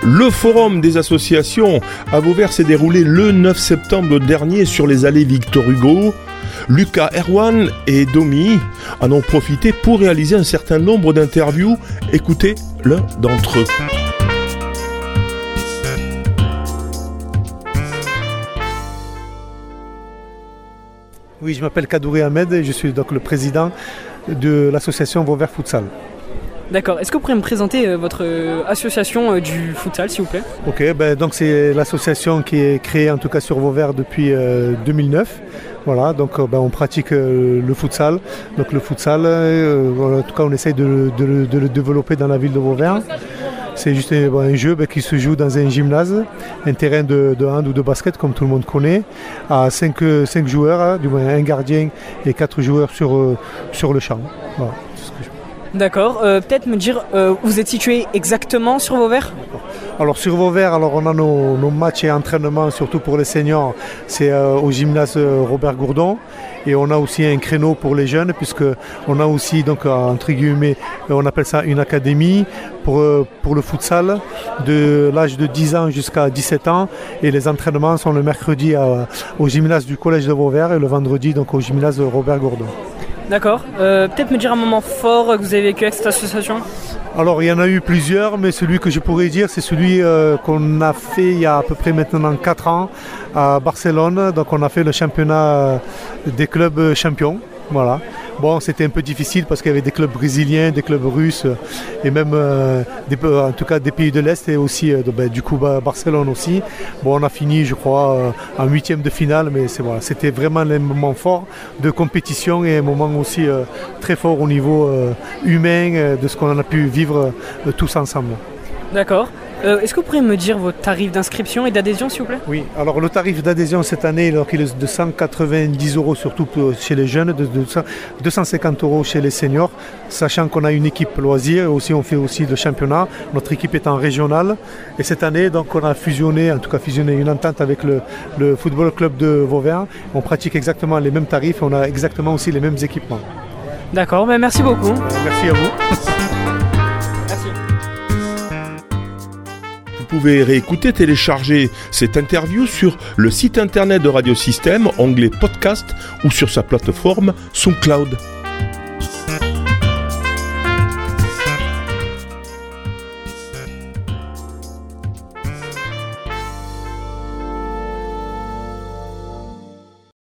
Le forum des associations à Vauvert s'est déroulé le 9 septembre dernier sur les allées Victor Hugo. Lucas, Erwan et Domi en ont profité pour réaliser un certain nombre d'interviews. Écoutez l'un d'entre eux. Oui, je m'appelle Kadouri Ahmed et je suis donc le président de l'association Vauvert Futsal. D'accord. Est-ce que vous pourriez me présenter votre association du futsal, s'il vous plaît ? Ok, donc c'est l'association qui est créée en tout cas sur Vauvert depuis 2009. Voilà, donc on pratique le futsal. Donc le futsal, en tout cas on essaye de le développer dans la ville de Vauvert. C'est juste un jeu qui se joue dans un gymnase, un terrain de hand ou de basket comme tout le monde connaît, à 5 joueurs, du moins un gardien et 4 joueurs sur le champ. Voilà, c'est ce que je... D'accord. Peut-être me dire, vous êtes situé exactement sur Vauvert ? Alors sur Vauvert, on a nos matchs et entraînements, surtout pour les seniors, c'est au gymnase Robert Gourdon. Et on a aussi un créneau pour les jeunes, puisqu'on a aussi, donc, entre guillemets, on appelle ça une académie pour le futsal, de l'âge de 10 ans jusqu'à 17 ans. Et les entraînements sont le mercredi au gymnase du collège de Vauvert et le vendredi donc, au gymnase Robert Gourdon. D'accord. Peut-être me dire un moment fort que vous avez vécu avec cette association ? Alors il y en a eu plusieurs, mais celui que je pourrais dire, c'est celui qu'on a fait il y a à peu près maintenant 4 ans à Barcelone. Donc on a fait le championnat des clubs champions. Voilà. Bon, c'était un peu difficile parce qu'il y avait des clubs brésiliens, des clubs russes et même en tout cas des pays de l'Est et aussi du coup Barcelone aussi. Bon, on a fini je crois en 8e de finale, mais c'était vraiment un moment fort de compétition et un moment aussi très fort au niveau humain de ce qu'on a pu vivre tous ensemble. D'accord. Est-ce que vous pourriez me dire vos tarifs d'inscription et d'adhésion, s'il vous plaît ? Oui, alors le tarif d'adhésion cette année, il est de 190 € surtout chez les jeunes, de 250 € chez les seniors, sachant qu'on a une équipe loisir et aussi on fait aussi le championnat. Notre équipe est en régional et cette année, donc, on a fusionné une entente avec le football club de Vauvert. On pratique exactement les mêmes tarifs et on a exactement aussi les mêmes équipements. D'accord, merci beaucoup. Merci à vous. Vous pouvez réécouter, télécharger cette interview sur le site internet de Radio Système, onglet podcast ou sur sa plateforme SoundCloud.